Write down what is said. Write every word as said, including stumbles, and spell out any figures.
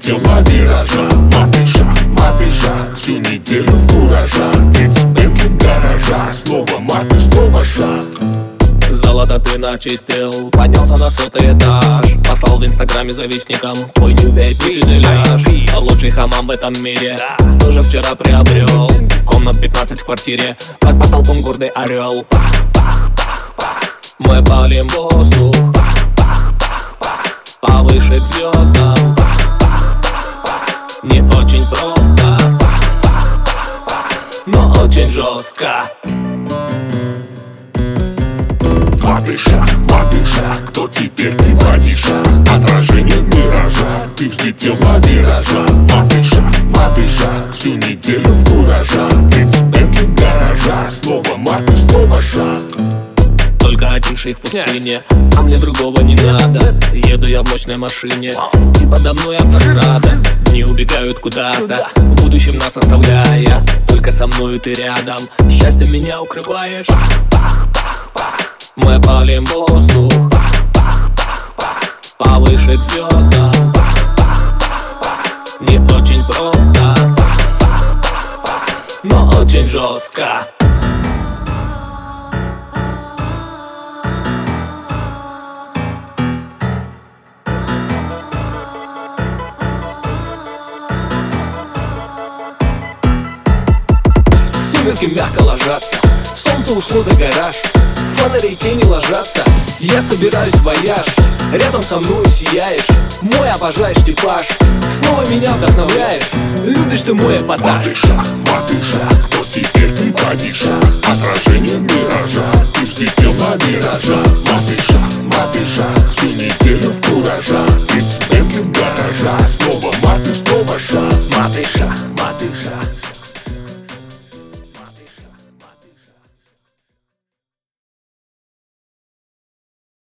взлетел на виражах. Маты шаг, маты шаг, всю неделю в куражах. тридцать Бентли в гаражах, снова маты, снова шаг. Золото ты начистил, поднялся на сотый этаж. Послал в инстаграме завистникам твой new вейп фюзеляж. Лучший хамам в этом мире тоже вчера приобрел. Комнат пятнадцать в квартире, под потолком гордый орел. Пах, пах, пах, пах. Мы палим воздух, пах, пах, пах, пах. Повыше к звездам, пах, пах, пах, пах. Не очень просто, пах, пах, пах, пах. Но очень жестко. Маты шаг, маты шаг, кто теперь ты бодишах? Отражение в миражах, ты взлетел на виражах. Маты шаг, маты шаг, всю неделю в куражах. тридцать Бентли в гаражах, снова маты, снова шаг. Только один шейх в пустыне, а мне другого не надо. Еду я в мощной машине, и подо мной автострада. Дни убегают куда-то, в будущем нас оставляя. Только со мною ты рядом, счастьем меня укрываешь. Пах, пах, пах, пах. Мы палим воздух, пах, пах, пах, пах. Повыше к звездам, пах, пах, пах, пах. Не очень просто, пах, пах, пах, пах. Но очень жестко. Сумерки мягко ложатся, солнце ушло за гараж. Фонари тени ложатся, я собираюсь в вояж. Рядом со мною сияешь, мой обожаешь типаж. Снова меня вдохновляешь, любишь ты мой эпатаж. Маты шаг, маты шаг, кто теперь ты бодишах? Отражение в миражах, ты взлетел на виражах. Маты шаг, маты шаг, всю неделю в куражах. тридцать Бентли в гаражах.